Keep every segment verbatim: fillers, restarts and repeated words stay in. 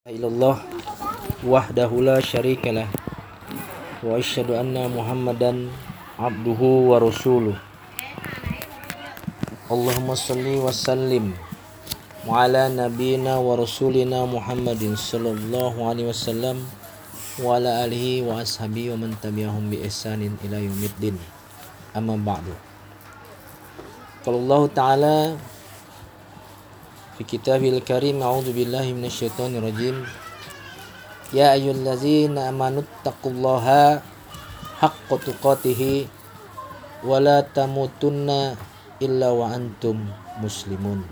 Ilallah wahdahu la syarikalah wa asyhadu anna Muhammadan abduhu wa rasuluh. Allahumma salli wa sallim wa ala nabiyyina wa rasulina Muhammadin sallallahu alaihi wasallam wa ala alihi wa ashabihi wa man tabi'ahum bi ihsanin ila yaumiddin. Amma ba'du. Qala Allah Ta'ala fi kitabil karim, a'udzu billahi minasyaitonir rajim. Ya ayyuhallazina amanu taqullaha haqqa tuqatih wa la tamutunna illa wa antum muslimun.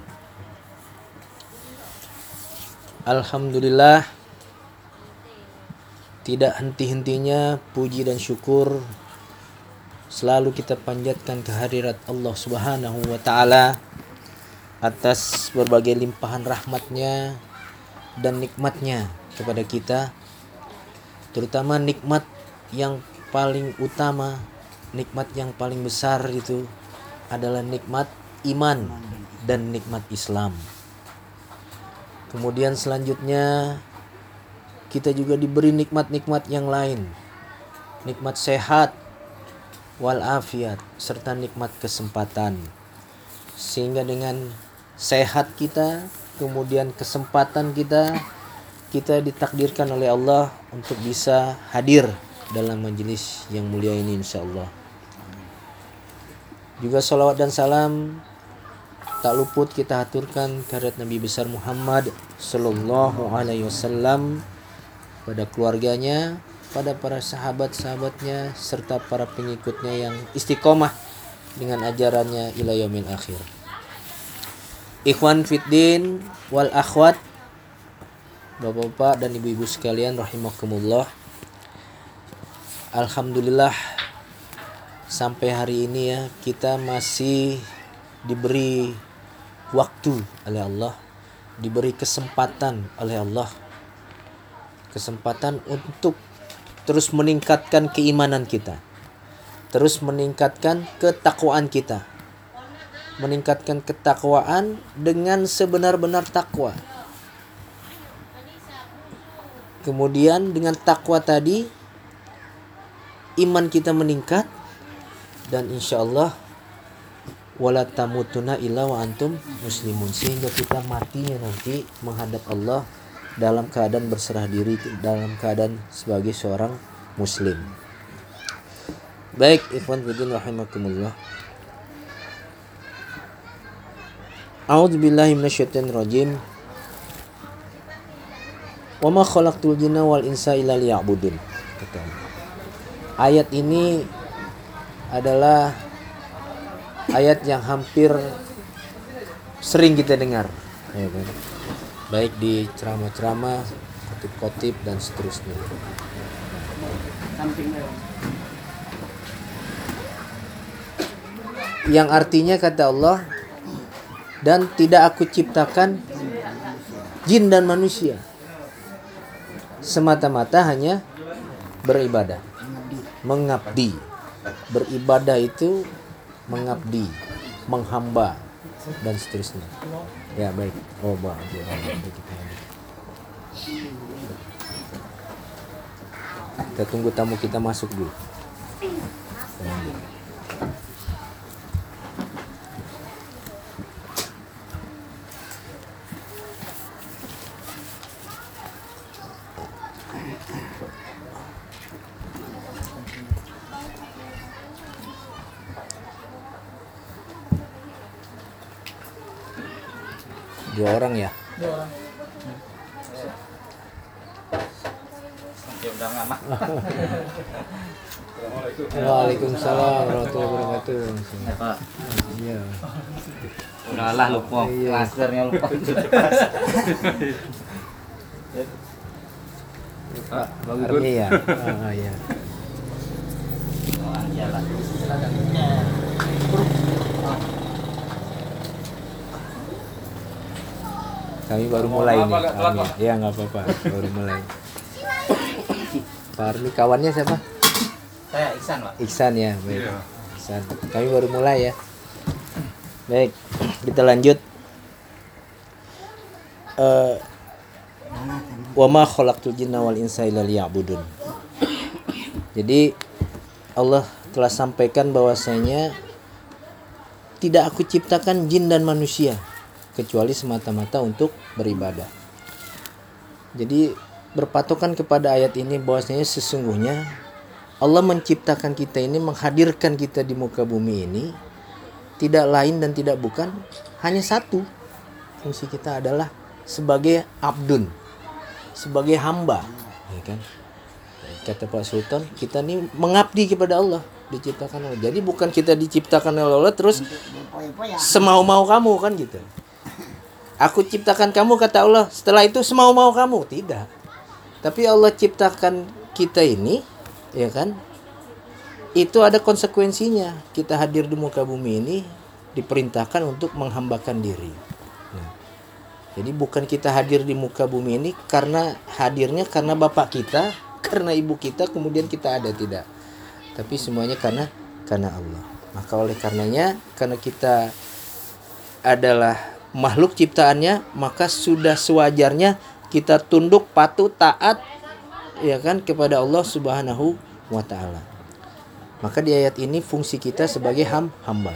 Alhamdulillah, tidak henti-hentinya puji dan syukur selalu kita panjatkan kehadirat Allah Subhanahu wa taala atas berbagai limpahan rahmatnya dan nikmatnya kepada kita, terutama nikmat yang paling utama, nikmat yang paling besar itu adalah nikmat iman dan nikmat Islam. Kemudian selanjutnya kita juga diberi nikmat-nikmat yang lain, nikmat sehat walafiat serta nikmat kesempatan, sehingga dengan sehat kita, kemudian kesempatan kita, kita ditakdirkan oleh Allah untuk bisa hadir dalam majelis yang mulia ini, insyaallah. Juga salawat dan salam tak luput kita haturkan kehadirat Nabi besar Muhammad sallallahu alaihi wasallam, pada keluarganya, pada para sahabat-sahabatnya, serta para pengikutnya yang istiqomah dengan ajarannya ila yaumil akhir. Ikhwan fiddin wal akhwat, bapak-bapak dan ibu-ibu sekalian rahimakumullah. Alhamdulillah, sampai hari ini ya kita masih diberi waktu oleh Allah, diberi kesempatan oleh Allah, kesempatan untuk terus meningkatkan keimanan kita, terus meningkatkan ketakwaan kita, meningkatkan ketakwaan dengan sebenar-benar takwa. Kemudian dengan takwa tadi iman kita meningkat, dan insyaallah wala tamutuna illa wa antum muslimun, sehingga kita matinya nanti menghadap Allah dalam keadaan berserah diri, dalam keadaan sebagai seorang muslim. Baik, ikhwan fillah rahimakumullah. A'udzu billahi minasyaitonir rajim. Wa ma khalaqtul jinna wal insa illa liya'budun. Ayat ini adalah ayat yang hampir sering kita dengar, ya kan? Baik di ceramah-ceramah, khotib-khotib dan seterusnya. Yang artinya kata Allah, dan tidak aku ciptakan jin dan manusia semata-mata hanya beribadah, mengabdi. Beribadah itu mengabdi, menghamba dan seterusnya. Ya baik. Oh, bah, kita tunggu tamu kita masuk dulu. Dua orang ya? Dua orang. Waalaikumsalam warahmatullahi wabarakatuh. Iya. Udahlah lupa, maskernya lupa. Pak, bagus. Iya. Ah, iya. Kami baru mulai nih. Kami. Ya nggak apa-apa, baru mulai. Pak Armi, kawannya siapa? Saya Iksan, Pak. Iksan ya, baik. Iksan. Kami baru mulai ya. Baik, kita lanjut. Uh, wa ma khalaqtul jinna wal insa illa liya'budun. Jadi Allah telah sampaikan bahwasanya tidak aku ciptakan jin dan manusia kecuali semata-mata untuk beribadah. Jadi berpatokan kepada ayat ini bahwasanya sesungguhnya Allah menciptakan kita ini, menghadirkan kita di muka bumi ini tidak lain dan tidak bukan hanya satu. Fungsi kita adalah sebagai abdun, sebagai hamba, ya kan? Kata Pak Sultan, kita ini mengabdi kepada Allah, diciptakan Allah. Jadi bukan kita diciptakan oleh Allah terus semau-mau kamu kan gitu. Aku ciptakan kamu kata Allah, setelah itu semau-mau kamu, tidak. Tapi Allah ciptakan kita ini, ya kan? Itu ada konsekuensinya. Kita hadir di muka bumi ini diperintahkan untuk menghambakan diri. Nah, jadi bukan kita hadir di muka bumi ini karena hadirnya karena bapak kita, karena ibu kita, kemudian kita ada, tidak. Tapi semuanya karena karena Allah. Maka oleh karenanya, karena kita adalah makhluk ciptaannya, maka sudah sewajarnya kita tunduk, patuh, taat, ya kan, kepada Allah Subhanahu wa taala. Maka di ayat ini fungsi kita sebagai ham, hamba.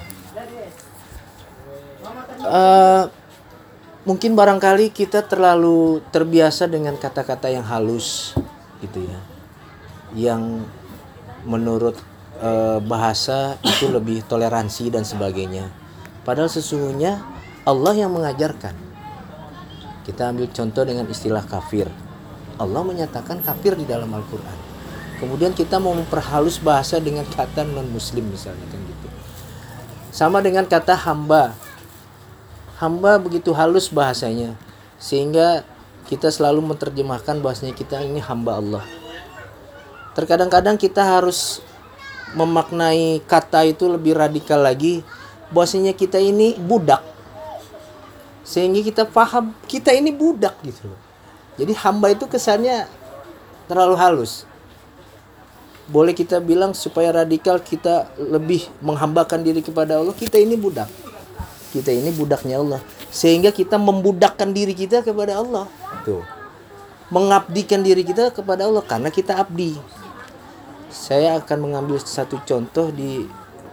Uh, mungkin barangkali kita terlalu terbiasa dengan kata-kata yang halus gitu ya, yang menurut uh, bahasa itu lebih toleransi dan sebagainya. Padahal sesungguhnya Allah yang mengajarkan. Kita ambil contoh dengan istilah kafir. Allah menyatakan kafir di dalam Al-Quran. Kemudian kita mau memperhalus bahasa dengan kata non-muslim misalnya kan gitu. Sama dengan kata hamba. Hamba begitu halus bahasanya, sehingga kita selalu menerjemahkan bahasanya kita ini hamba Allah. Terkadang-kadang kita harus memaknai kata itu lebih radikal lagi, bahasanya kita ini budak. Sehingga kita paham kita ini budak gitu loh. Jadi hamba itu kesannya terlalu halus. Boleh kita bilang supaya radikal, kita lebih menghambakan diri kepada Allah, kita ini budak. Kita ini budaknya Allah. Sehingga kita membudakkan diri kita kepada Allah. Tuh. Mengabdikan diri kita kepada Allah karena kita abdi. Saya akan mengambil satu contoh di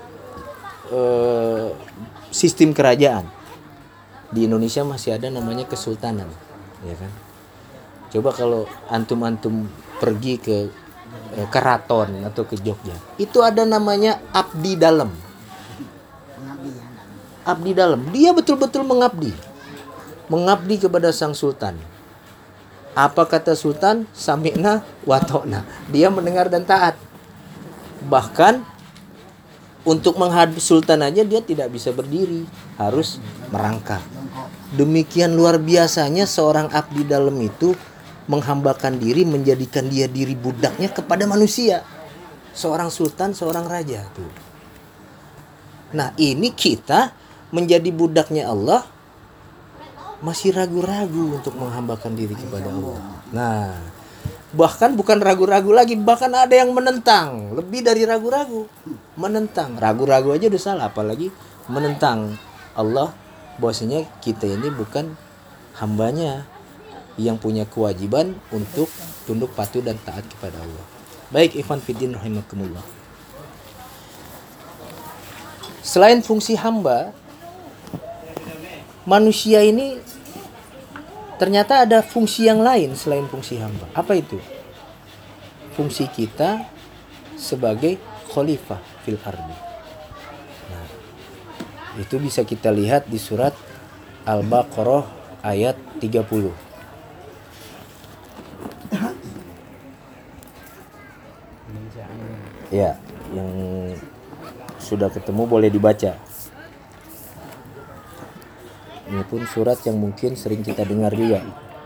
uh, sistem kerajaan. Di Indonesia masih ada namanya kesultanan, ya kan? Coba kalau antum-antum pergi ke eh, keraton atau ke Jogja, itu ada namanya abdi dalam. Abdi dalam, dia betul-betul mengabdi, mengabdi kepada sang sultan. Apa kata sultan? Sami'na wa ta'na. Dia mendengar dan taat. Bahkan untuk menghadap sultan aja dia tidak bisa berdiri, harus merangkak. Demikian luar biasanya seorang abdi dalam itu menghambakan diri, menjadikan dia diri budaknya kepada manusia. Seorang sultan, seorang raja tuh. Nah, ini kita menjadi budaknya Allah masih ragu-ragu untuk menghambakan diri kepada Allah. Nah, bahkan bukan ragu-ragu lagi, bahkan ada yang menentang, lebih dari ragu-ragu, menentang. Ragu-ragu aja udah salah, apalagi menentang Allah, bahwasanya kita ini bukan hambanya yang punya kewajiban untuk tunduk patuh dan taat kepada Allah. Baik, ikhwan fiddin rahimakumullah. Selain fungsi hamba, manusia ini ternyata ada fungsi yang lain selain fungsi hamba. Apa itu? Fungsi kita sebagai khalifah fil ardi. Nah, itu bisa kita lihat di surat Al-Baqarah ayat tiga puluh. Ya, yang sudah ketemu boleh dibaca. Ini pun surat yang mungkin sering kita dengar juga.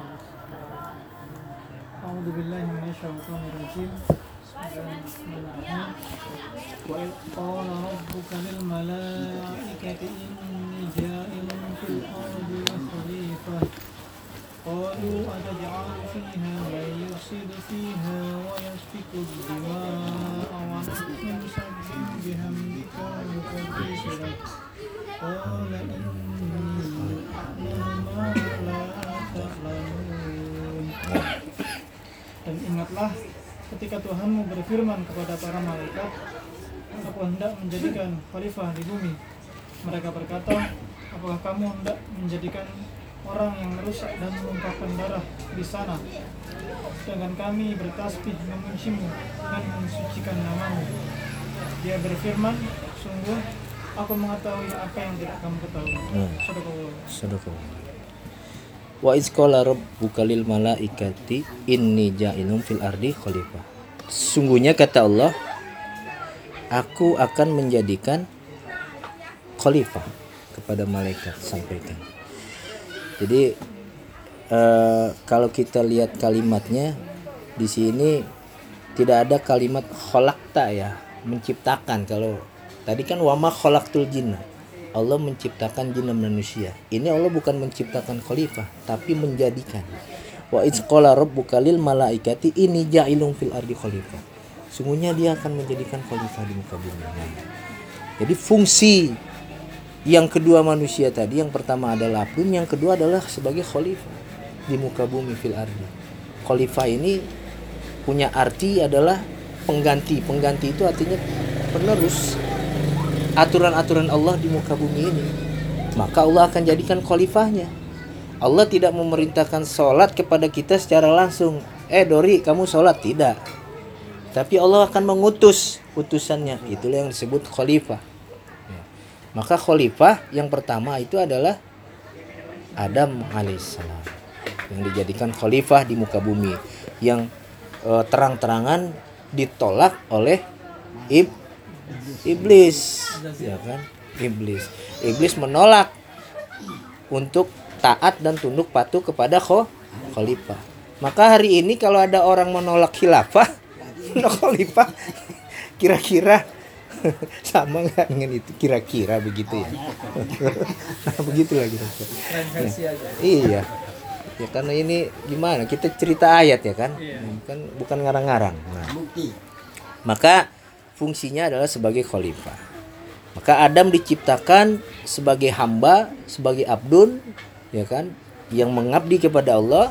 A'udzubillahi minasyaitonirrajim. Bismillahirrahmanirrahim. Wa idh qala rabbuka lil malaikati inni ja'ilun fil ardi khalifah. Qalu ataj'alu fiha man yufsidu fiha wa yasfiku ad-dima'a wa nahnu nusabbihu bihamdika wa nuqaddisu lak. Qala inni a'lamu ma la ta'lamun. Ingatlah ketika Tuhanmu berfirman kepada para malaikat, Aku hendak menjadikan khalifah di bumi. Mereka berkata, apakah kamu hendak menjadikan orang yang merusak dan menumpahkan darah di sana? Sedangkan kami bertasbih memujimu dan mensucikan namamu. Dia berfirman, sungguh aku mengetahui apa yang tidak kamu ketahui. Hmm. Sadaqallah. Sadaqallah. Wa iz qala rabbuka lil malaikati inni ja'ilun fil ardi khalifah. Sungguhnya kata Allah, aku akan menjadikan khalifah kepada malaikat, sampaikan. Jadi eh, kalau kita lihat kalimatnya di sini tidak ada kalimat khalaqta ya, menciptakan. Kalau tadi kan wama khalaqtul jinna, Allah menciptakan jin dan manusia. Ini Allah bukan menciptakan khalifah, tapi menjadikan. Wa iz qala rabbuka lil malaikati inni ja'ilun fil ardi khalifah. Sungguhnya dia akan menjadikan khalifah di muka bumi. Jadi fungsi yang kedua manusia tadi, yang pertama adalah abdun, yang kedua adalah sebagai khalifah di muka bumi fil ardi. Khalifah ini punya arti adalah pengganti. Pengganti itu artinya penerus aturan-aturan Allah di muka bumi ini. Maka Allah akan jadikan khalifahnya. Allah tidak memerintahkan sholat kepada kita secara langsung. Eh Dori, kamu sholat. Tidak. Tapi Allah akan mengutus utusannya. Itulah yang disebut khalifah. Ya. Maka khalifah yang pertama itu adalah Adam alaihissalam, yang dijadikan khalifah di muka bumi, yang eh, terang-terangan ditolak oleh Ib Iblis, ya kan? Iblis. Iblis menolak untuk taat dan tunduk patuh kepada khalifah. Maka hari ini kalau ada orang menolak khilafah, khalifah, kira-kira sama nggak dengan itu? Kira-kira begitu ya. Nah, begitulah kira-kira. Nah, iya. Ya karena ini gimana? Kita cerita ayat ya kan? Bukan bukan ngarang-ngarang. Nah, maka fungsinya adalah sebagai khalifah. Maka Adam diciptakan sebagai hamba, sebagai abdun, ya kan, yang mengabdi kepada Allah,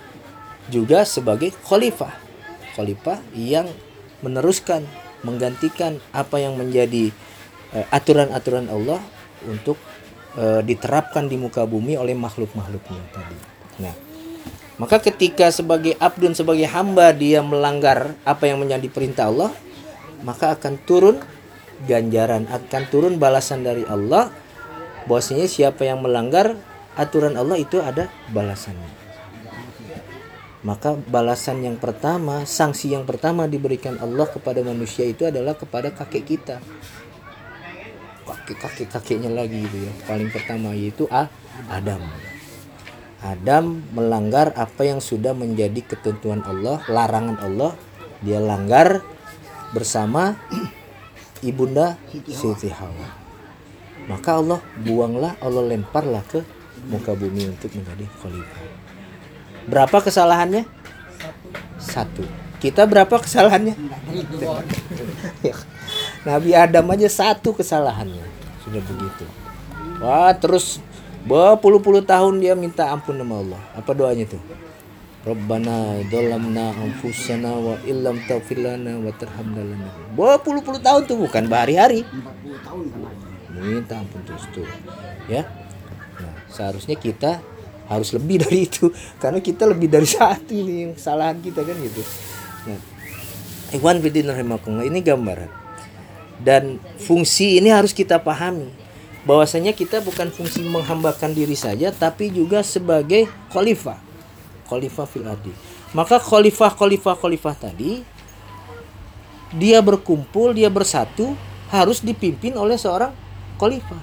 juga sebagai khalifah. Khalifah yang meneruskan, menggantikan apa yang menjadi eh, aturan-aturan Allah untuk eh, diterapkan di muka bumi oleh makhluk-makhluknya tadi. Nah, maka ketika sebagai abdun, sebagai hamba dia melanggar apa yang menjadi perintah Allah, maka akan turun ganjaran, akan turun balasan dari Allah. Bahwasanya siapa yang melanggar aturan Allah itu ada balasannya. Maka balasan yang pertama, sanksi yang pertama diberikan Allah kepada manusia itu adalah kepada kakek kita. Kakek-kakek-kakeknya lagi gitu ya. Paling pertama yaitu ah, Adam. Adam melanggar apa yang sudah menjadi ketentuan Allah, larangan Allah, dia langgar bersama ibunda Siti Hawa. Maka Allah buanglah, Allah lemparlah ke muka bumi untuk menjadi khalifah. Berapa kesalahannya? Satu. Kita berapa kesalahannya? Nabi Adam aja satu kesalahannya. Sudah begitu. Wah, terus berpuluh-puluh tahun dia minta ampun sama Allah. Apa doanya tuh? Rabbana dzalamna anfusana wa illam taghfir lana wa tarhamna lana. Berpuluh-puluh tahun tuh, bukan berhari-hari. empat puluh tahun minta ampun terus tuh. Ya. Nah, seharusnya kita harus lebih dari itu, karena kita lebih dari satu ini kesalahan kita kan gitu. Nah, ikhwan fillah rahimakumullah, ini gambaran. Dan fungsi ini harus kita pahami. Bahwasanya kita bukan fungsi menghambakan diri saja, tapi juga sebagai khalifah. Khalifah fil ardi. Maka khalifah-khalifah khalifah tadi dia berkumpul, dia bersatu, harus dipimpin oleh seorang khalifah.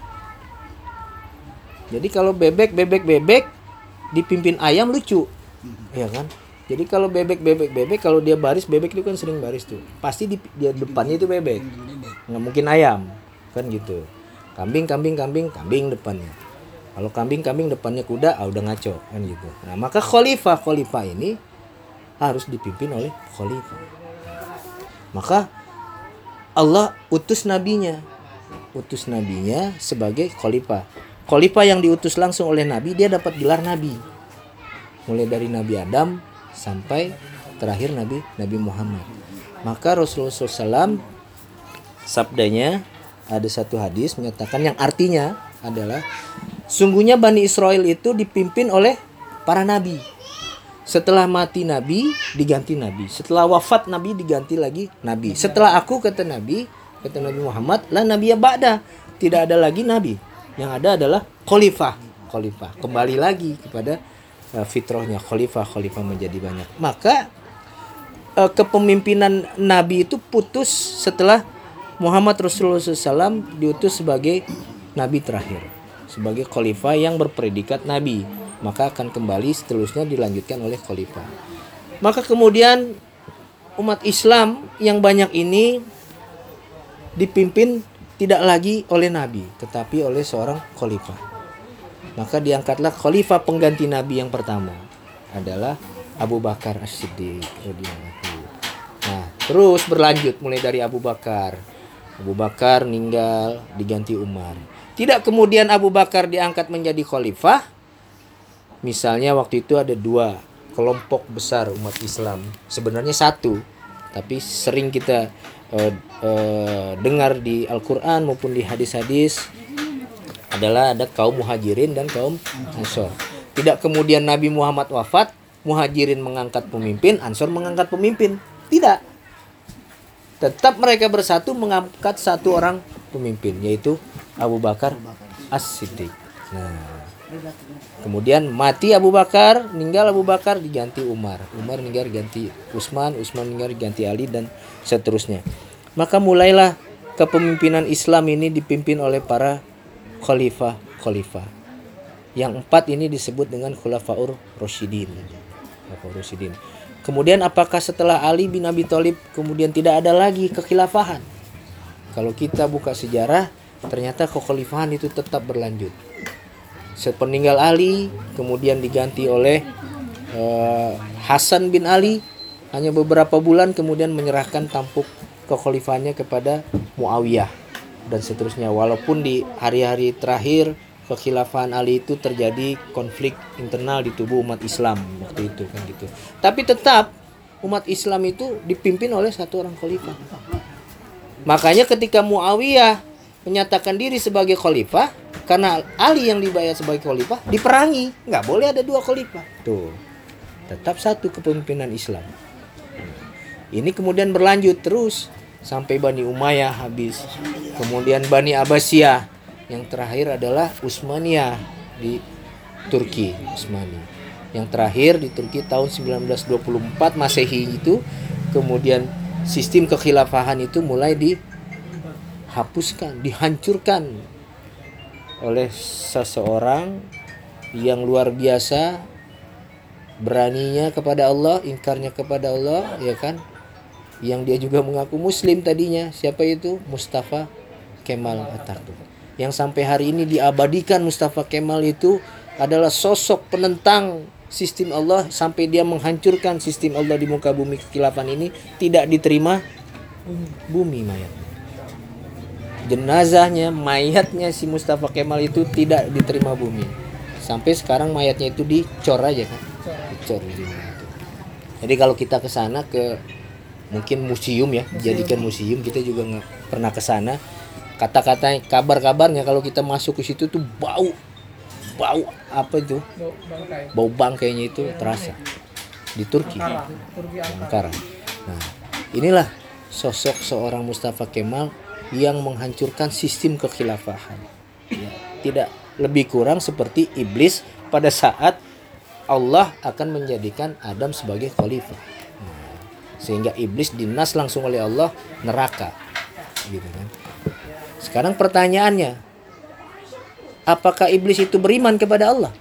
Jadi kalau bebek bebek bebek dipimpin ayam lucu. Ya kan? Jadi kalau bebek bebek bebek kalau dia baris, bebek itu kan sering baris tuh. Pasti di dia depannya itu bebek. Nggak mungkin ayam. Kan gitu. Kambing kambing kambing kambing depannya. Kalau kambing-kambing depannya kuda, ah udah ngaco kan gitu. Nah, maka khalifah-khalifah ini harus dipimpin oleh khalifah. Maka Allah utus nabinya. Utus nabinya sebagai khalifah. Khalifah yang diutus langsung oleh nabi, dia dapat gelar nabi. Mulai dari Nabi Adam sampai terakhir Nabi Nabi Muhammad. Maka Rasulullah shallallahu alaihi wasallam sabdanya ada satu hadis menyatakan yang artinya adalah sungguhnya Bani Israel itu dipimpin oleh para nabi. Setelah mati nabi diganti nabi. Setelah wafat nabi diganti lagi nabi. Setelah aku kata Nabi, kata Nabi Muhammad, la nabiyya ba'da. Tidak ada lagi nabi. Yang ada adalah khalifah. Khalifah. Kembali lagi kepada uh, fitrahnya khalifah, khalifah menjadi banyak. Maka uh, kepemimpinan nabi itu putus setelah Muhammad Rasulullah shallallahu alaihi wasallam diutus sebagai nabi terakhir, sebagai khalifah yang berpredikat nabi. Maka akan kembali seterusnya dilanjutkan oleh khalifah. Maka kemudian umat Islam yang banyak ini dipimpin tidak lagi oleh nabi, tetapi oleh seorang khalifah. Maka diangkatlah khalifah pengganti nabi yang pertama adalah Abu Bakar As-Siddiq radhiyallahu. Nah, terus berlanjut mulai dari Abu Bakar. Abu Bakar meninggal, diganti Umar. Tidak kemudian Abu Bakar diangkat menjadi khalifah. Misalnya waktu itu ada dua kelompok besar umat Islam. Sebenarnya satu, tapi sering kita uh, uh, dengar di Al-Quran maupun di hadis-hadis adalah ada kaum Muhajirin dan kaum Ansor. Tidak kemudian Nabi Muhammad wafat, Muhajirin mengangkat pemimpin, Ansor mengangkat pemimpin. Tidak. Tetap mereka bersatu mengangkat satu orang pemimpin, yaitu Abu Bakar As-Siddiq. Nah, kemudian mati Abu Bakar, meninggal Abu Bakar, diganti Umar. Umar meninggal diganti Utsman, Utsman meninggal diganti Ali dan seterusnya. Maka mulailah kepemimpinan Islam ini dipimpin oleh para khalifah-khalifah. Yang empat ini disebut dengan Khulafaur Rasyidin. Khulafaur Rasyidin. Kemudian apakah setelah Ali bin Abi Thalib kemudian tidak ada lagi kekhilafahan? Kalau kita buka sejarah, ternyata kekhalifahan itu tetap berlanjut. Sepeninggal Ali kemudian diganti oleh uh, Hasan bin Ali, hanya beberapa bulan kemudian menyerahkan tampuk kekhalifahannya kepada Muawiyah dan seterusnya. Walaupun di hari-hari terakhir kekhilafahan Ali itu terjadi konflik internal di tubuh umat Islam waktu itu kan gitu. Tapi tetap umat Islam itu dipimpin oleh satu orang khalifah. Makanya ketika Muawiyah menyatakan diri sebagai khalifah, karena Ali yang dibayar sebagai khalifah, diperangi. Nggak boleh ada dua khalifah. Tuh, tetap satu kepemimpinan Islam. Ini kemudian berlanjut terus sampai Bani Umayyah habis. Kemudian Bani Abbasiyah. Yang terakhir adalah Utsmaniyah di Turki. Utsmani. Yang terakhir di Turki tahun sembilan belas dua puluh empat Masehi itu. Kemudian sistem kekhilafahan itu mulai dihapuskan, dihancurkan oleh seseorang yang luar biasa beraninya kepada Allah, ingkarnya kepada Allah, ya kan? Yang dia juga mengaku muslim tadinya. Siapa itu? Mustafa Kemal Atatürk. Yang sampai hari ini diabadikan Mustafa Kemal itu adalah sosok penentang sistem Allah sampai dia menghancurkan sistem Allah di muka bumi. Kekhilafan ini tidak diterima bumi mayat. Jenazahnya, mayatnya si Mustafa Kemal itu tidak diterima bumi. Sampai sekarang mayatnya itu dicor aja kan. Dicor di itu. Jadi kalau kita ke sana ke mungkin museum ya, jadikan museum, kita juga nggak pernah ke sana. Kata-kata kabar-kabarnya kalau kita masuk ke situ tuh bau. Bau apa itu? Bau bangkai. Bau bangkainya itu terasa. Di Turki. Ankara. Turki Ankara. Ankara. Nah, inilah sosok seorang Mustafa Kemal yang menghancurkan sistem kekhilafahan. Ya, tidak lebih kurang seperti iblis pada saat Allah akan menjadikan Adam sebagai khalifah. Nah, sehingga iblis dinas langsung oleh Allah neraka. Gitu kan. Sekarang pertanyaannya, apakah iblis itu beriman kepada Allah?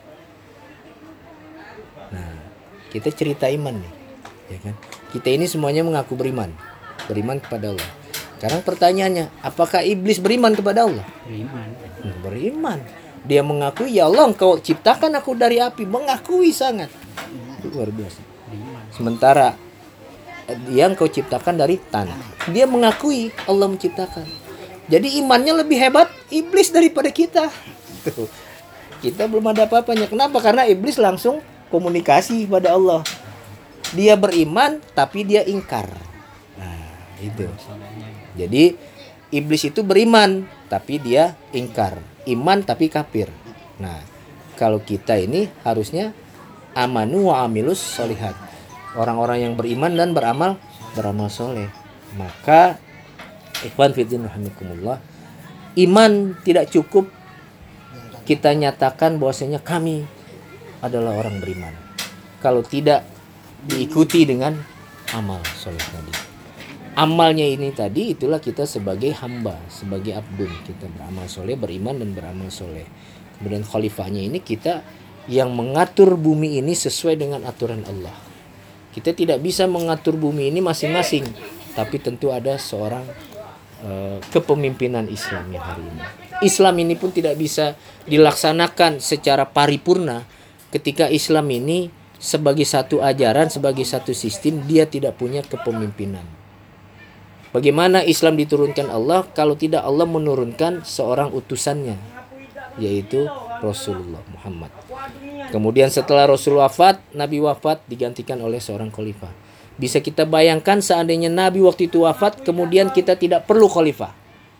Nah, kita cerita iman nih, ya kan? Kita ini semuanya mengaku beriman, beriman kepada Allah. Sekarang pertanyaannya, apakah iblis beriman kepada Allah? Beriman. Nah, beriman. Dia mengakui, ya Allah, Engkau ciptakan aku dari api, mengakui sangat. Itu luar biasa. Sementara dia Engkau ciptakan dari tanah. Dia mengakui Allah menciptakan. Jadi imannya lebih hebat iblis daripada kita. Tuh. Kita belum ada apa-apanya. Kenapa? Karena iblis langsung komunikasi pada Allah. dia beriman tapi dia ingkar. Nah, itu. Jadi iblis itu beriman tapi dia ingkar, iman tapi kafir. Nah, kalau kita ini harusnya amanu wa amilus solihat, orang-orang yang beriman dan beramal beramal soleh. Maka ikhwan fiddin rahimakumullah, iman tidak cukup kita nyatakan bahwasanya kami adalah orang beriman kalau tidak diikuti dengan amal soleh tadi. Amalnya ini tadi itulah kita sebagai hamba, sebagai abdun, kita beramal soleh, beriman dan beramal soleh. Kemudian khalifahnya ini kita yang mengatur bumi ini sesuai dengan aturan Allah. Kita tidak bisa mengatur bumi ini masing-masing, tapi tentu ada seorang uh, kepemimpinan Islam yang hari ini. Islam ini pun tidak bisa dilaksanakan secara paripurna ketika Islam ini sebagai satu ajaran, sebagai satu sistem, dia tidak punya kepemimpinan. Bagaimana Islam diturunkan Allah kalau tidak Allah menurunkan seorang utusannya, yaitu Rasulullah Muhammad. Kemudian setelah Rasul wafat, Nabi wafat digantikan oleh seorang khalifah. Bisa kita bayangkan seandainya Nabi waktu itu wafat, kemudian kita tidak perlu khalifah.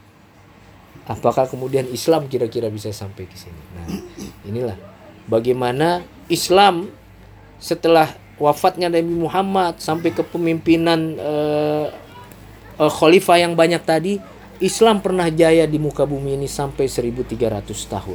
Apakah kemudian Islam kira-kira bisa sampai ke sini? Nah, inilah bagaimana Islam setelah wafatnya Nabi Muhammad sampai kepemimpinan uh, uh, khalifah yang banyak tadi, Islam pernah jaya di muka bumi ini sampai seribu tiga ratus tahun.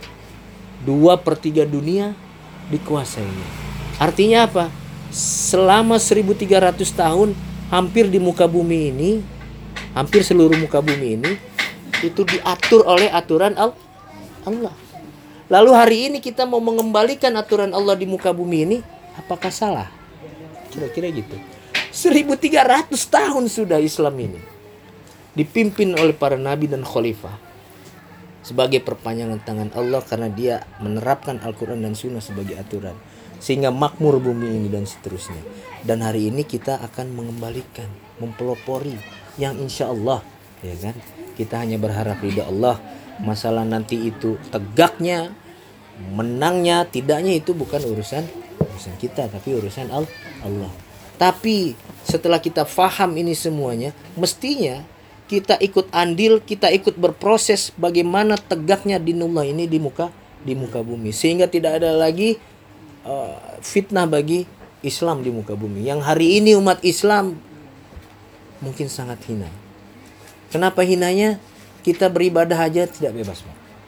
Dua per tiga dunia dikuasainya. Artinya apa? Selama seribu tiga ratus tahun hampir di muka bumi ini, hampir seluruh muka bumi ini itu diatur oleh aturan Allah. Lalu hari ini kita mau mengembalikan aturan Allah di muka bumi ini, apakah salah? Kira-kira gitu. seribu tiga ratus tahun sudah Islam ini dipimpin oleh para nabi dan khalifah sebagai perpanjangan tangan Allah, karena dia menerapkan Al-Quran dan Sunnah sebagai aturan, sehingga makmur bumi ini dan seterusnya. Dan hari ini kita akan mengembalikan, mempelopori yang insya Allah, ya kan, kita hanya berharap ridha Allah. Masalah nanti itu tegaknya, menangnya, tidaknya itu bukan urusan urusan kita, tapi urusan Allah. Tapi setelah kita faham ini semuanya, mestinya kita ikut andil, kita ikut berproses bagaimana tegaknya dinullah ini di muka di muka bumi, sehingga tidak ada lagi uh, fitnah bagi Islam di muka bumi. Yang hari ini umat Islam mungkin sangat hina. Kenapa hinanya? Kita beribadah aja tidak bebas.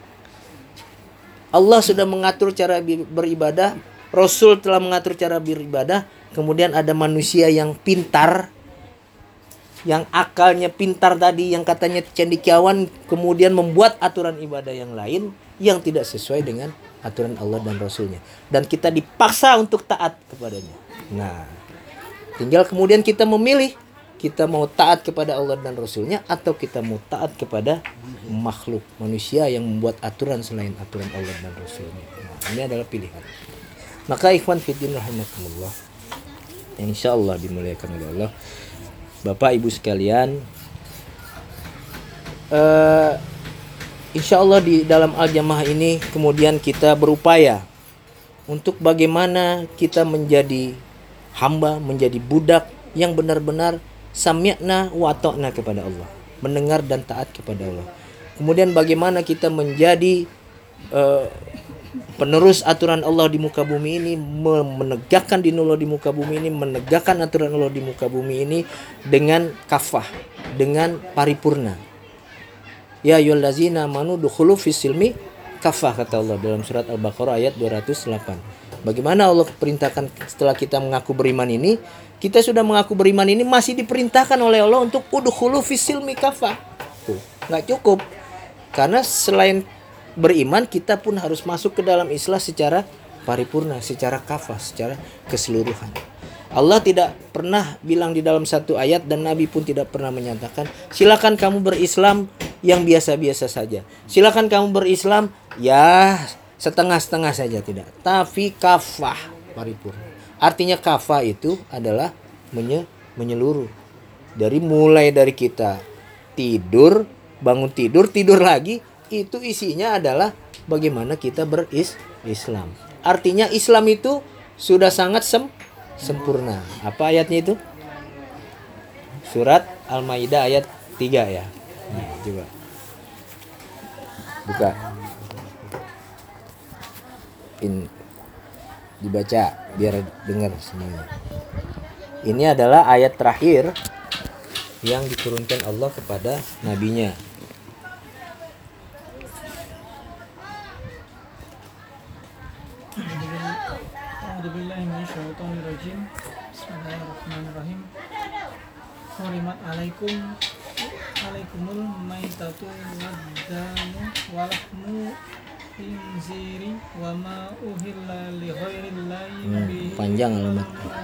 Allah sudah mengatur cara beribadah, Rasul telah mengatur cara beribadah, kemudian ada manusia yang pintar, yang akalnya pintar tadi, yang katanya cendekiawan, kemudian membuat aturan ibadah yang lain yang tidak sesuai dengan aturan Allah dan Rasulnya, dan kita dipaksa untuk taat kepadanya. Nah, tinggal kemudian kita memilih, kita mau taat kepada Allah dan Rasulnya, atau kita mau taat kepada makhluk manusia yang membuat aturan selain aturan Allah dan Rasulnya. Nah, ini adalah pilihan. Maka ikhwan fiddin rahimakumullah, yang insya Allah dimuliakan oleh Allah, Bapak Ibu sekalian, uh, insya Allah di dalam Al-Jamaah ini kemudian kita berupaya untuk bagaimana kita menjadi hamba, menjadi budak yang benar-benar sami'na wa ta'na kepada Allah, mendengar dan taat kepada Allah. Kemudian bagaimana kita menjadi uh, penerus aturan Allah di muka bumi ini, menegakkan dinullah di muka bumi ini, menegakkan aturan Allah di muka bumi ini dengan kafah, dengan paripurna. Ya ayyuhallazina amanu dukhulu fis-silmi kafah, kata Allah dalam surat Al-Baqarah ayat dua ratus delapan. Bagaimana Allah perintahkan setelah kita mengaku beriman ini, kita sudah mengaku beriman ini masih diperintahkan oleh Allah untuk udkhulu fis-silmi kafah. Tuh, enggak cukup. Karena selain beriman, kita pun harus masuk ke dalam Islam secara paripurna, secara kafah, secara keseluruhan. Allah tidak pernah bilang di dalam satu ayat, dan Nabi pun tidak pernah menyatakan, silakan kamu berislam yang biasa-biasa saja, silakan kamu berislam ya setengah-setengah saja, tidak. Tapi kafah, paripurna. Artinya kafah itu adalah menye- menyeluruh. Dari mulai dari kita tidur, bangun tidur, tidur lagi, itu isinya adalah bagaimana kita beris Islam. Artinya Islam itu sudah sangat sem sempurna. Apa ayatnya itu? Surat Al-Maidah ayat tiga ya. Nah, coba buka. In dibaca biar dengar semuanya. Ini adalah ayat terakhir yang diturunkan Allah kepada nabinya. A'udzubillahi minasyaitonirrajim. Bismillahirrahmanirrahim. Hurimat alaikum alaikumul maitatu waddamu walahmu khinziri wa ma uhilla li ghairillahi bihi. Panjang alamat.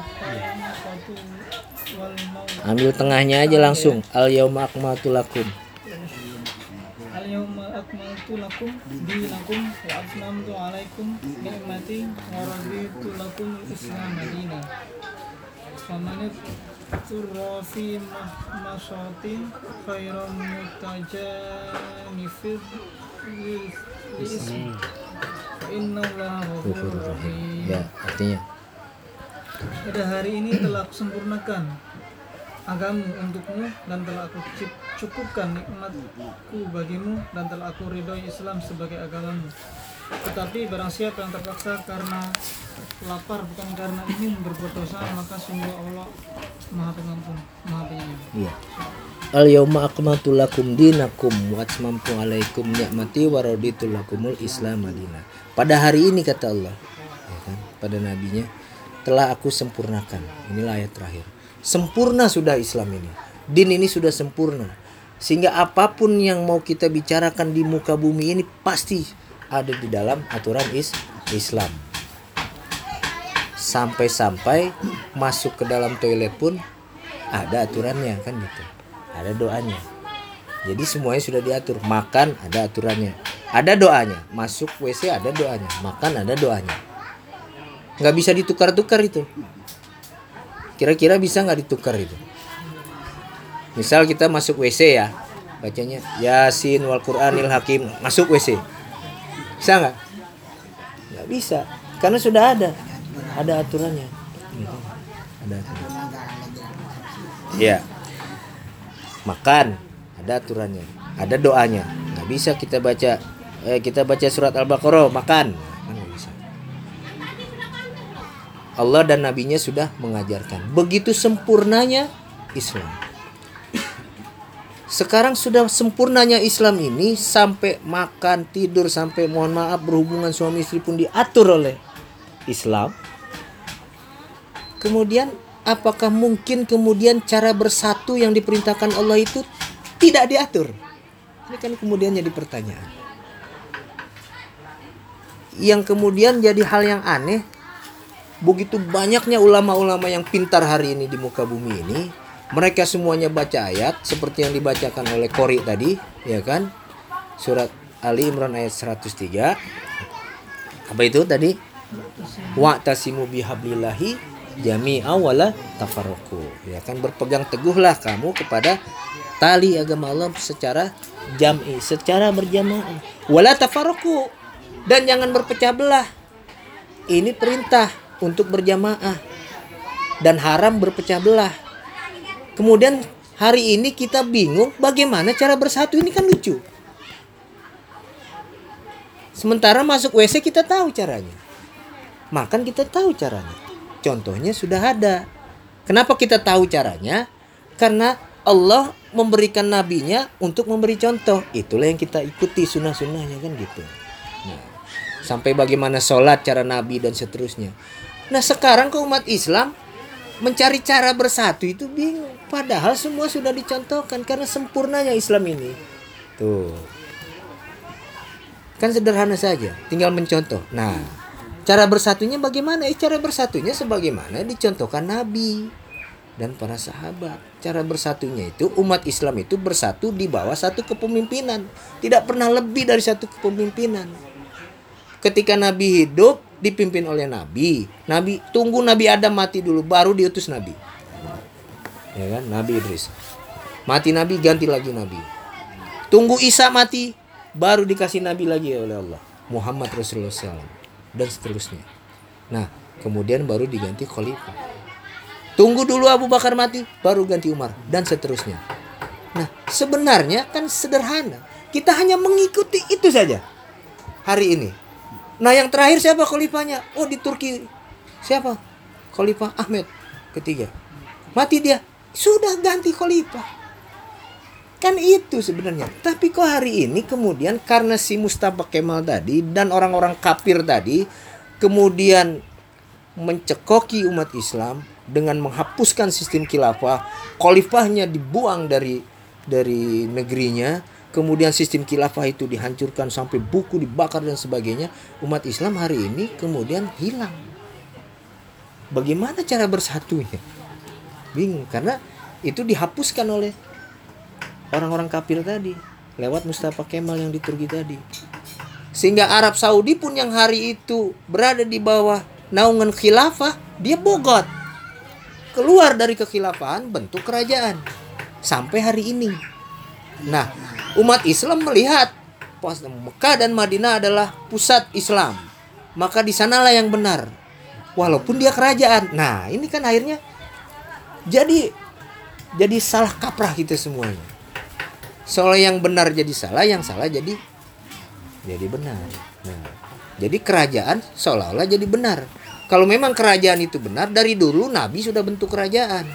Wal maut. Ambil tengahnya aja langsung. Al yauma akmaltu lakum. Al-yawma akmaltu lakum dinakum wa atmamtu alaikum ni'mati wa raditu lakum al-islam dinan. Famanit turra fi masatin khairan mutajanifid li'ismi innallaha ghafurur rahim. Ya, artinya Pada hari ini telah aku sempurnakan agamu untukmu dan telah aku cukupkan nikmatku bagimu dan telah aku ridhoi Islam sebagai agamamu. Tetapi barang siapa yang terpaksa karena lapar bukan karena ingin berbuat dosa, maka sungguh Allah Maha Pengampun, Maha Penyayang. iya. Al yauma akmaltu lakum dinakum wa atmamtu alaikum ni'mati wa raditu lakumul islam madinah. Pada hari ini kata Allah, ya kan, pada nabinya, telah aku sempurnakan. Inilah ayat terakhir. Sempurna sudah Islam ini. Din ini sudah sempurna. Sehingga apapun yang mau kita bicarakan di muka bumi ini pasti ada di dalam aturan is Islam. Sampai-sampai masuk ke dalam toilet pun ada aturannya kan gitu. Ada doanya. Jadi semuanya sudah diatur. Makan ada aturannya. Ada doanya. Masuk W C ada doanya. Makan ada doanya. Nggak bisa ditukar-tukar itu. Kira-kira bisa nggak ditukar itu? Misal kita masuk W C ya, bacanya Yasin wal Qur'anil Hakim, masuk W C. Bisa nggak? Nggak bisa, karena sudah ada, ada aturannya. Ada aturannya. Ya. Makan, ada aturannya, ada doanya. Nggak bisa kita baca, eh, kita baca surat Al-Baqarah makan. Allah dan nabinya sudah mengajarkan. Begitu sempurnanya Islam. Sekarang sudah sempurnanya Islam ini sampai makan, tidur, sampai mohon maaf berhubungan suami istri pun diatur oleh Islam. Kemudian apakah mungkin kemudian cara bersatu yang diperintahkan Allah itu tidak diatur? Ini kan kemudian jadi pertanyaan. Yang kemudian jadi hal yang aneh, begitu banyaknya ulama-ulama yang pintar hari ini di muka bumi ini, mereka semuanya baca ayat seperti yang dibacakan oleh Qori tadi, ya kan? Surat Ali Imran ayat seratus tiga. Apa itu tadi? Wa'tasimu bihablillahi jami'a wala tafarraqu. Ya kan, berpegang teguhlah kamu kepada tali agama Allah secara jam'i, secara berjamaah. Wala tafarraqu, dan jangan berpecah belah. Ini perintah untuk berjamaah dan haram berpecah belah. Kemudian hari ini kita bingung bagaimana cara bersatu, ini kan lucu. Sementara masuk W C kita tahu caranya. Makan kita tahu caranya. Contohnya sudah ada. Kenapa kita tahu caranya? Karena Allah memberikan nabinya untuk memberi contoh. Itulah yang kita ikuti, sunnah-sunnahnya kan gitu. Nah, sampai bagaimana sholat cara nabi dan seterusnya. Nah sekarang ke umat Islam mencari cara bersatu itu bingung. Padahal semua sudah dicontohkan karena sempurnanya Islam ini. Tuh. Kan sederhana saja, tinggal mencontoh. Nah, cara bersatunya bagaimana? Eh, cara bersatunya sebagaimana dicontohkan Nabi dan para sahabat. Cara bersatunya itu umat Islam itu bersatu di bawah satu kepemimpinan. Tidak pernah lebih dari satu kepemimpinan. Ketika Nabi hidup dipimpin oleh Nabi. Nabi tunggu Nabi Adam mati dulu baru diutus Nabi. Ya kan? Nabi Idris. Mati Nabi ganti lagi Nabi. Tunggu Isa mati baru dikasih Nabi lagi oleh Allah. Muhammad Rasulullah shallallahu alaihi wasallam dan seterusnya. Nah, kemudian baru diganti khalifah. Tunggu dulu Abu Bakar mati, baru ganti Umar, dan seterusnya. Nah, sebenarnya kan sederhana. Kita hanya mengikuti itu saja hari ini. Nah, yang terakhir siapa khalifahnya? Oh, di Turki. Siapa? Khalifah Ahmed ketiga. Mati dia. Sudah ganti khalifah. Kan itu sebenarnya. Tapi kok hari ini kemudian karena si Mustafa Kemal tadi dan orang-orang kafir tadi kemudian mencekoki umat Islam dengan menghapuskan sistem khilafah, khalifahnya dibuang dari dari negerinya, kemudian sistem khilafah itu dihancurkan sampai buku dibakar dan sebagainya. Umat Islam hari ini kemudian hilang. Bagaimana cara bersatunya? Bingung, karena itu dihapuskan oleh orang-orang kafir tadi lewat Mustafa Kemal yang di Turki tadi. Sehingga Arab Saudi pun yang hari itu berada di bawah naungan khilafah, dia bogot. Keluar dari kekhilafahan, bentuk kerajaan. Sampai hari ini. Nah, umat Islam melihat Mekah dan Madinah adalah pusat Islam. Maka di sanalah yang benar. Walaupun dia kerajaan. Nah, ini kan akhirnya jadi jadi salah kaprah kita semuanya. Soal yang benar jadi salah, yang salah jadi jadi benar. Nah, jadi kerajaan seolah-olah jadi benar. Kalau memang kerajaan itu benar, dari dulu Nabi sudah bentuk kerajaan.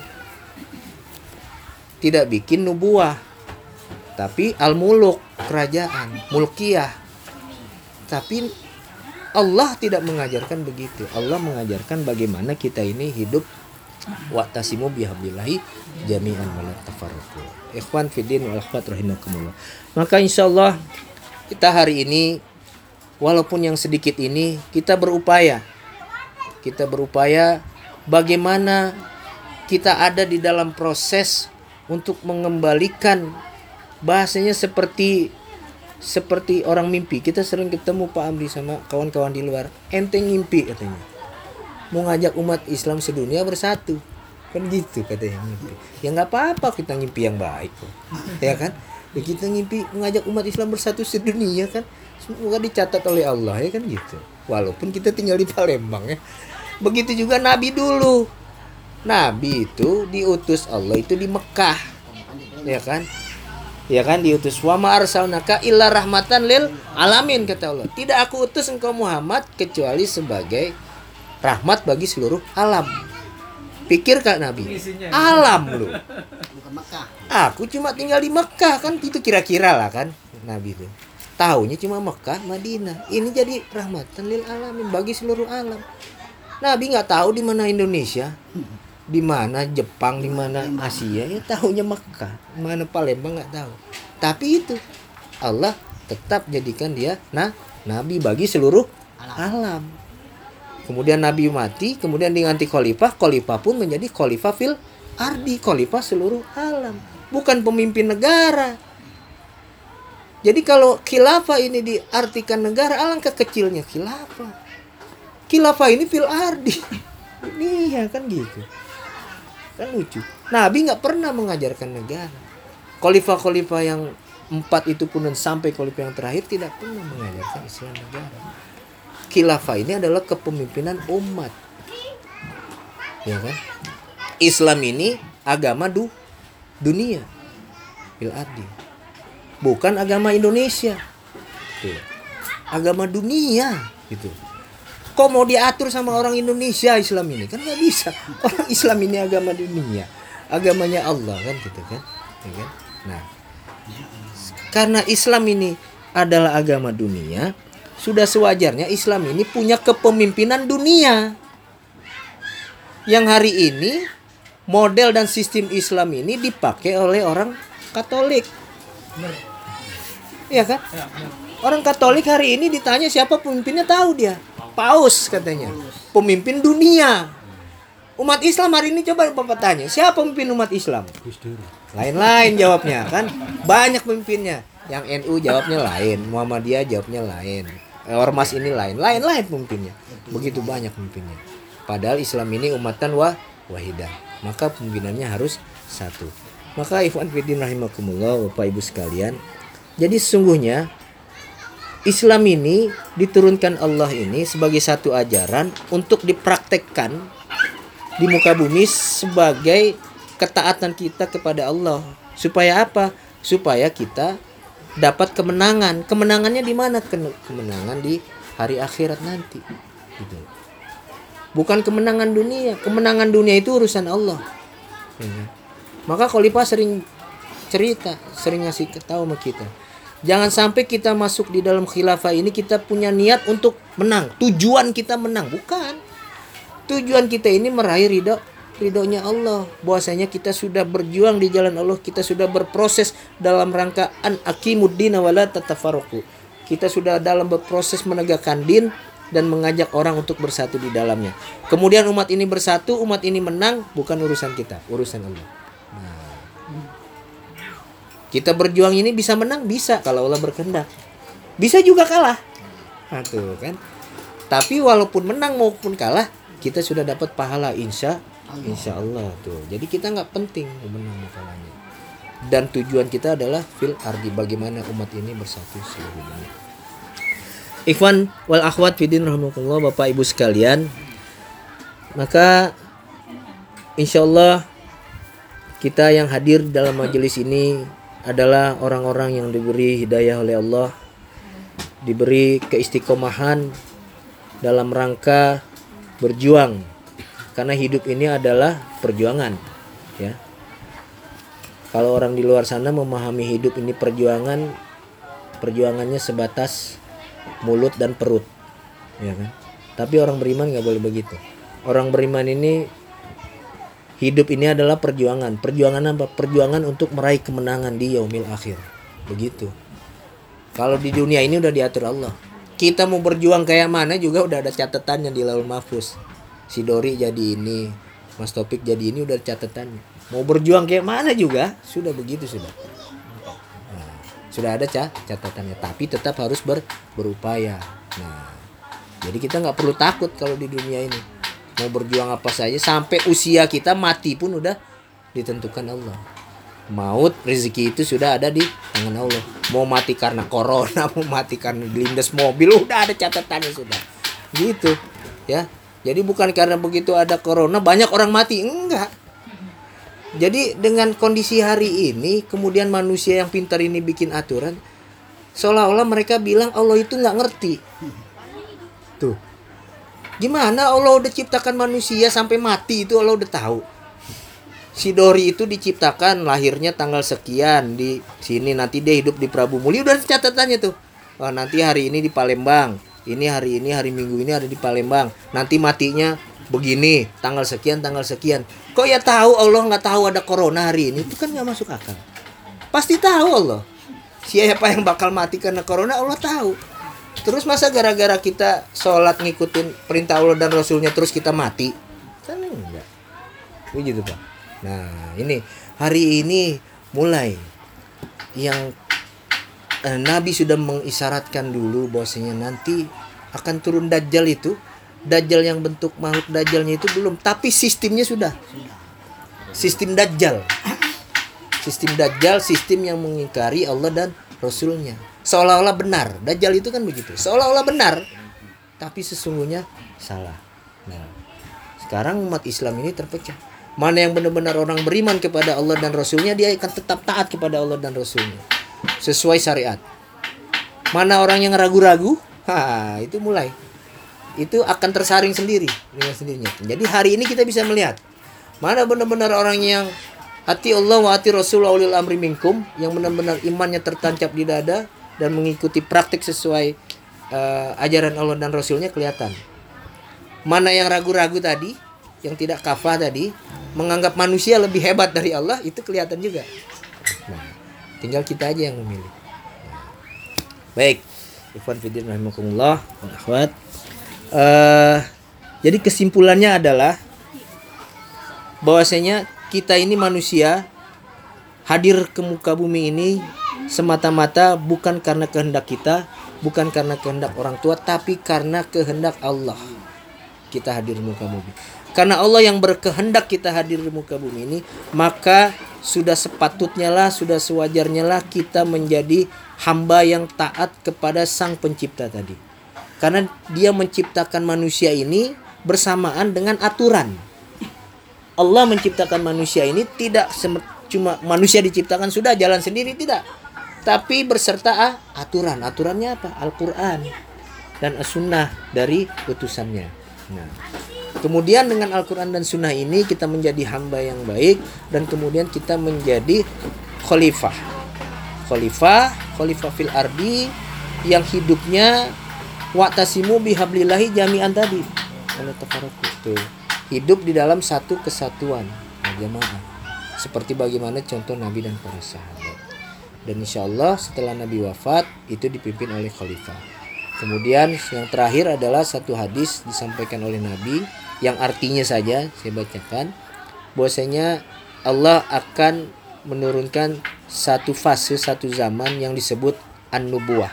Tidak bikin nubuah, tapi al-muluk, kerajaan, mulkiyah. Tapi Allah tidak mengajarkan begitu. Allah mengajarkan bagaimana kita ini hidup wa'tasimu bihablillahi jami'an wa la tafarraqu. Ikhwan fiddin wal akhwat rahimakumullah. Maka insyaallah kita hari ini walaupun yang sedikit ini kita berupaya kita berupaya bagaimana kita ada di dalam proses untuk mengembalikan bahasanya seperti seperti orang mimpi. Kita sering ketemu Pak Amri sama kawan-kawan di luar, ente ngimpi katanya, mau ngajak umat Islam sedunia bersatu, kan gitu katanya mimpi. Ya nggak apa-apa, kita ngimpi yang baik kok, ya kan? Ya, kita ngimpi mengajak umat Islam bersatu sedunia kan, semoga dicatat oleh Allah, ya kan gitu. Walaupun kita tinggal di Palembang ya. Begitu juga Nabi dulu. Nabi itu diutus Allah itu di Mekah, ya kan? Ya kan, diutus wa ma arsalnaka illa rahmatan lil alamin, kata Allah. Tidak aku utus engkau Muhammad kecuali sebagai rahmat bagi seluruh alam. Pikir Kak Nabi, alam lu. Aku cuma tinggal di Mekah, kan itu kira-kira lah kan Nabi itu. Tahunya cuma Mekah, Madinah. Ini jadi rahmatan lil alamin bagi seluruh alam. Nabi nggak tahu di mana Indonesia, di mana Jepang, di mana Asia, ya tahunya Mekah, mana Palembang nggak tahu. Tapi itu Allah tetap jadikan dia nah Nabi bagi seluruh alam. Kemudian Nabi mati, kemudian diganti khalifah, khalifah pun menjadi khalifah fil ardi, khalifah seluruh alam, bukan pemimpin negara. Jadi kalau khilafah ini diartikan negara, alangkah kecilnya khilafah. Khilafah ini fil ardi. Iya kan gitu. Kan lucu. Nabi nggak pernah mengajarkan negara. Khalifah-khalifah yang empat itu pun dan sampai khalifah yang terakhir tidak pernah mengajarkan Islam negara. Khilafah ini adalah kepemimpinan umat. Ya kan? Islam ini agama du, dunia. Fil ardi. Bukan agama Indonesia. Tuh. Agama dunia gitu. Kok mau diatur sama orang Indonesia Islam ini? Kan nggak bisa. Orang Islam ini agama dunia, agamanya Allah kan gitu kan, ya kan? Nah, karena Islam ini adalah agama dunia, sudah sewajarnya Islam ini punya kepemimpinan dunia. Yang hari ini model dan sistem Islam ini dipakai oleh orang Katolik, iya kan? Orang Katolik hari ini ditanya siapa pemimpinnya, tahu dia. Paus katanya, pemimpin dunia. Umat Islam hari ini coba Bapak tanya, siapa pemimpin umat Islam? Lain-lain jawabnya kan, banyak pemimpinnya. Yang N U jawabnya lain, Muhammadiyah jawabnya lain, Ormas ini lain, lain-lain pemimpinnya. Begitu banyak pemimpinnya. Padahal Islam ini umatan wah wahidah, maka pemimpinannya harus satu. Maka ikhwan fillah rahimakumullah, Bapak Ibu sekalian, jadi sesungguhnya Islam ini diturunkan Allah ini sebagai satu ajaran untuk dipraktekkan di muka bumi sebagai ketaatan kita kepada Allah. Supaya apa? Supaya kita dapat kemenangan. Kemenangannya di mana? Kemenangan di hari akhirat nanti. Gitu. Bukan kemenangan dunia. Kemenangan dunia itu urusan Allah. Ya. Maka Khalifah sering cerita, sering ngasih tahu sama kita. Jangan sampai kita masuk di dalam khilafah ini kita punya niat untuk menang. Tujuan kita menang, bukan. Tujuan kita ini meraih ridho, ridhonya Allah. Bahwasanya kita sudah berjuang di jalan Allah, kita sudah berproses dalam rangka an aqimuddin wa la tatafarraqu. Kita sudah dalam berproses menegakkan din dan mengajak orang untuk bersatu di dalamnya. Kemudian umat ini bersatu, umat ini menang, bukan urusan kita, urusan Allah. Kita berjuang ini bisa menang, bisa kalau Allah berkehendak. Bisa juga kalah. Nah, tuh kan. Tapi walaupun menang maupun kalah, kita sudah dapat pahala insya insya Allah tuh. Jadi kita nggak penting menang kalahnya. Dan tujuan kita adalah fil ardi, bagaimana umat ini bersatu seluruh dunia. Ikhwan wal akhwat fidin rahimakumullah, Bapak Ibu sekalian. Maka insya Allah kita yang hadir dalam majelis ini adalah orang-orang yang diberi hidayah oleh Allah, diberi keistiqomahan dalam rangka berjuang, karena hidup ini adalah perjuangan, ya. Kalau orang di luar sana memahami hidup ini perjuangan, perjuangannya sebatas mulut dan perut, ya kan? Tapi orang beriman nggak boleh begitu. Orang beriman ini hidup ini adalah perjuangan. Perjuangan apa? Perjuangan untuk meraih kemenangan di yaumil akhir. Begitu. Kalau di dunia ini udah diatur Allah. Kita mau berjuang kayak mana juga udah ada catatannya di Laul Mahfuz. Si Dori jadi ini, Mas Topik jadi ini, udah ada catatannya. Mau berjuang kayak mana juga sudah begitu sudah. Nah, sudah ada catatannya. Tapi tetap harus ber, berupaya. Nah, jadi kita nggak perlu takut kalau di dunia ini. Mau berjuang apa saja sampai usia kita mati pun udah ditentukan Allah. Maut, rezeki itu sudah ada di tangan Allah. Mau mati karena corona, mau mati karena dilindas mobil, udah ada catatannya sudah. Gitu, ya. Jadi bukan karena begitu ada corona banyak orang mati, enggak. Jadi dengan kondisi hari ini, kemudian manusia yang pintar ini bikin aturan, seolah-olah mereka bilang Allah itu nggak ngerti. Tuh. Gimana Allah udah ciptakan manusia sampai mati itu Allah udah tahu. Si Dori itu diciptakan lahirnya tanggal sekian di sini, nanti dia hidup di Prabu Muli, udah catatannya tuh. Wah, nanti hari ini di Palembang. Ini hari ini hari Minggu ini ada di Palembang. Nanti matinya begini, tanggal sekian tanggal sekian. Kok ya tahu Allah nggak tahu ada corona hari ini? Itu kan nggak masuk akal. Pasti tahu Allah. Siapa yang bakal mati karena corona Allah tahu. Terus masa gara-gara kita sholat ngikutin perintah Allah dan Rasulnya terus kita mati? Kan enggak. Begitu Pak. Nah ini hari ini mulai yang eh, Nabi sudah mengisyaratkan dulu bahwasanya nanti akan turun Dajjal itu. Dajjal yang bentuk makhluk Dajjalnya itu belum, tapi sistemnya sudah. Sistem Dajjal. Sistem Dajjal, sistem yang mengingkari Allah dan Rasulnya. Seolah-olah benar. Dajjal itu kan begitu. Seolah-olah benar, tapi sesungguhnya salah. Nah, sekarang umat Islam ini terpecah. Mana yang benar-benar orang beriman kepada Allah dan Rasulnya, dia akan tetap taat kepada Allah dan Rasulnya sesuai syariat. Mana orang yang ragu-ragu, ha, itu mulai itu akan tersaring sendiri dengan sendirinya. Jadi hari ini kita bisa melihat mana benar-benar orang yang hati Allah wa hati Rasul wa ulil amri minkum, yang benar-benar imannya tertancap di dada dan mengikuti praktik sesuai uh, ajaran Allah dan Rasulnya, kelihatan. Mana yang ragu-ragu tadi, yang tidak kafah tadi, menganggap manusia lebih hebat dari Allah, itu kelihatan juga. Nah, tinggal kita aja yang memilih. Nah. Baik, ikhwan fillah rahimakumullah, akhwat. Uh, jadi kesimpulannya adalah bahwasanya kita ini manusia hadir ke muka bumi ini semata-mata bukan karena kehendak kita, bukan karena kehendak orang tua, tapi karena kehendak Allah kita hadir di muka bumi. Karena Allah yang berkehendak kita hadir di muka bumi ini, maka sudah sepatutnya lah, sudah sewajarnya lah kita menjadi hamba yang taat kepada Sang Pencipta tadi. Karena Dia menciptakan manusia ini bersamaan dengan aturan. Allah menciptakan manusia ini tidak sem- cuma manusia diciptakan sudah jalan sendiri, tidak. Tapi berserta ah, aturan. Aturannya apa? Al-Quran dan As-Sunnah dari utusannya. Nah, kemudian dengan Al-Quran dan Sunnah ini kita menjadi hamba yang baik, dan kemudian kita menjadi khalifah. Khalifah, khalifah fil ardi, yang hidupnya wa'tasimu bihablillahi jami'an tadi. Oleh tafarruqu tuh. Hidup di dalam satu kesatuan, nah, jamaah. Seperti bagaimana contoh Nabi dan para sahabat. Dan insya Allah setelah Nabi wafat itu dipimpin oleh khalifah. Kemudian yang terakhir adalah satu hadis disampaikan oleh Nabi yang artinya saja saya bacakan, bahwasanya Allah akan menurunkan satu fase, satu zaman yang disebut an-nubuwah.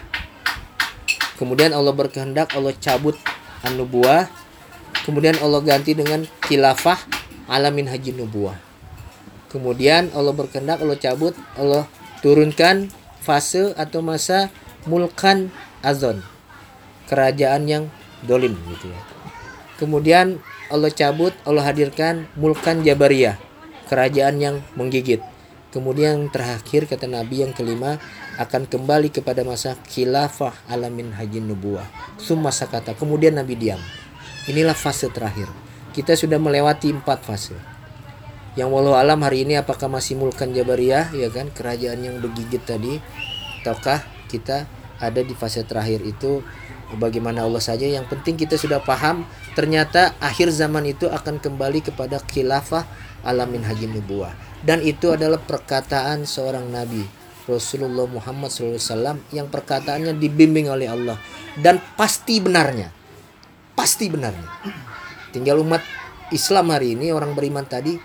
Kemudian Allah berkehendak, Allah cabut an-nubuwah. Kemudian Allah ganti dengan khilafah alamin haji nubuwah. Kemudian Allah berkehendak, Allah cabut, Allah turunkan fase atau masa mulkan azon, kerajaan yang dolim gitu ya. Kemudian Allah cabut, Allah hadirkan mulkan jabariyah, kerajaan yang menggigit. Kemudian yang terakhir kata Nabi yang kelima akan kembali kepada masa khilafah alamin haji nubuwah. Summa sakata, kemudian Nabi diam. Inilah fase terakhir. Kita sudah melewati empat fase. Yang walau alam hari ini apakah masih mulkan jabariyah, ya kan, kerajaan yang bergigit tadi, ataukah kita ada di fase terakhir itu? Bagaimana Allah saja. Yang penting kita sudah paham ternyata akhir zaman itu akan kembali kepada khilafah alamin haji nubuwah. Dan itu adalah perkataan seorang Nabi Rasulullah Muhammad shallallahu alaihi wasallam yang perkataannya dibimbing oleh Allah dan pasti benarnya. Pasti benarnya. Tinggal umat Islam hari ini, orang beriman tadi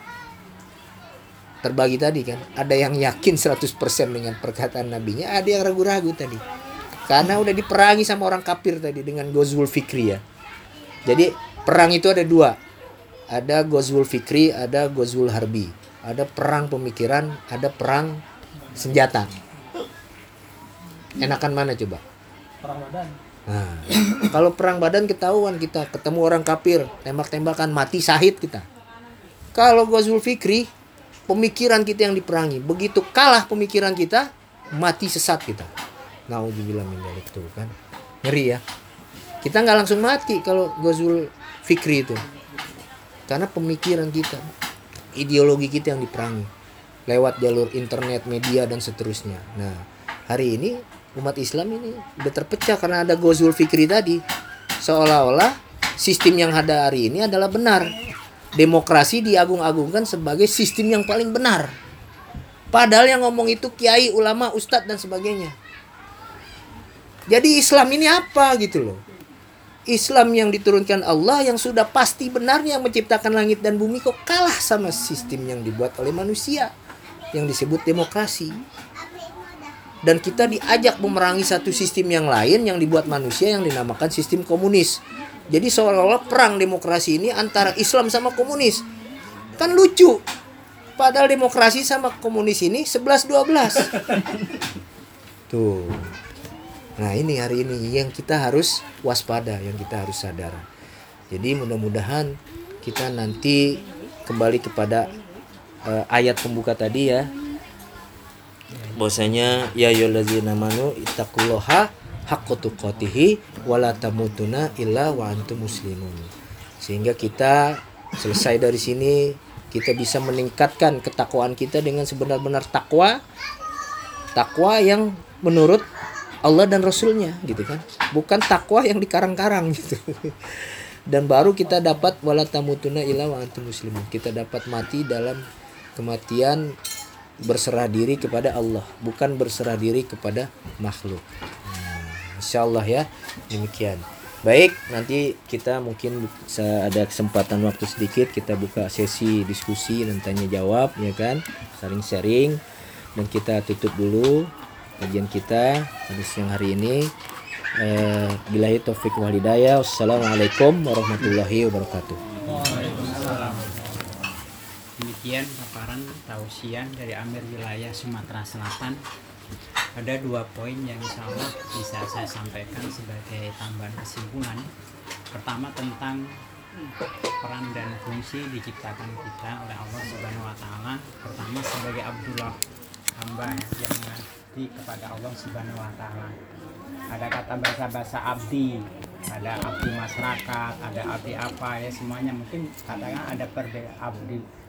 terbagi tadi kan. Ada yang yakin seratus persen dengan perkataan nabinya, ada yang ragu-ragu tadi. Karena udah diperangi sama orang kafir tadi dengan Ghazwul Fikri ya. Jadi perang itu ada dua. Ada Ghazwul Fikri, ada Ghazwul Harbi. Ada perang pemikiran, ada perang senjata. Enakan mana coba? Perang badan. Nah, kalau perang badan ketahuan kita ketemu orang kafir, tembak-tembakan, mati syahid kita. Kalau Ghazwul Fikri, pemikiran kita yang diperangi. Begitu kalah pemikiran kita, mati sesat kita. Nauzubillah min dzalik tuh kan. Ngeri ya. Kita nggak langsung mati kalau Ghazwul Fikri itu. Karena pemikiran kita, ideologi kita yang diperangi lewat jalur internet, media dan seterusnya. Nah, hari ini umat Islam ini udah terpecah karena ada Ghazwul Fikri tadi. Seolah-olah sistem yang ada hari ini adalah benar. Demokrasi diagung-agungkan sebagai sistem yang paling benar. Padahal yang ngomong itu kiai, ulama, ustadz dan sebagainya. Jadi Islam ini apa gitu loh. Islam yang diturunkan Allah yang sudah pasti benarnya yang menciptakan langit dan bumi kok kalah sama sistem yang dibuat oleh manusia yang disebut demokrasi. Dan kita diajak memerangi satu sistem yang lain yang dibuat manusia yang dinamakan sistem komunis. Jadi seolah-olah perang demokrasi ini antara Islam sama komunis. Kan lucu. Padahal demokrasi sama komunis ini sebelas dua belas. Tuh. Nah ini hari ini yang kita harus waspada, yang kita harus sadar. Jadi mudah-mudahan kita nanti kembali kepada uh, ayat pembuka tadi ya. Bahwasanya ya ayyuhallazina amanu ittaqullaha haqqa tuqatih wa la tamutunna illa wa antum muslimun. Sehingga kita selesai dari sini kita bisa meningkatkan ketakwaan kita dengan sebenar-benar takwa. Takwa yang menurut Allah dan Rasulnya gitu kan. Bukan takwa yang dikarang-karang gitu. Dan baru kita dapat wala tamutunna illa wa antum muslimun. Kita dapat mati dalam kematian berserah diri kepada Allah, bukan berserah diri kepada makhluk. Hmm, insyaallah ya. Demikian. Baik, nanti kita mungkin bisa ada kesempatan waktu sedikit kita buka sesi diskusi dan tanya jawab ya kan, saling sharing, dan kita tutup dulu kajian kita pada siang hari ini. Eh, billahi taufik wal hidayah. Wassalamualaikum warahmatullahi wabarakatuh. Demikian paparan tausiah dari Amir Wilayah Sumatera Selatan. Ada dua poin yang insya Allah bisa saya sampaikan sebagai tambahan kesimpulan. Pertama tentang peran dan fungsi diciptakan kita oleh Allah Subhanahu wa taala, pertama sebagai Abdullah, hamba yang mengabdi kepada Allah Subhanahu wa taala. Ada kata bahasa-bahasa abdi, ada abdi masyarakat, ada abdi apa ya, semuanya mungkin kadang ada perbedaan abdi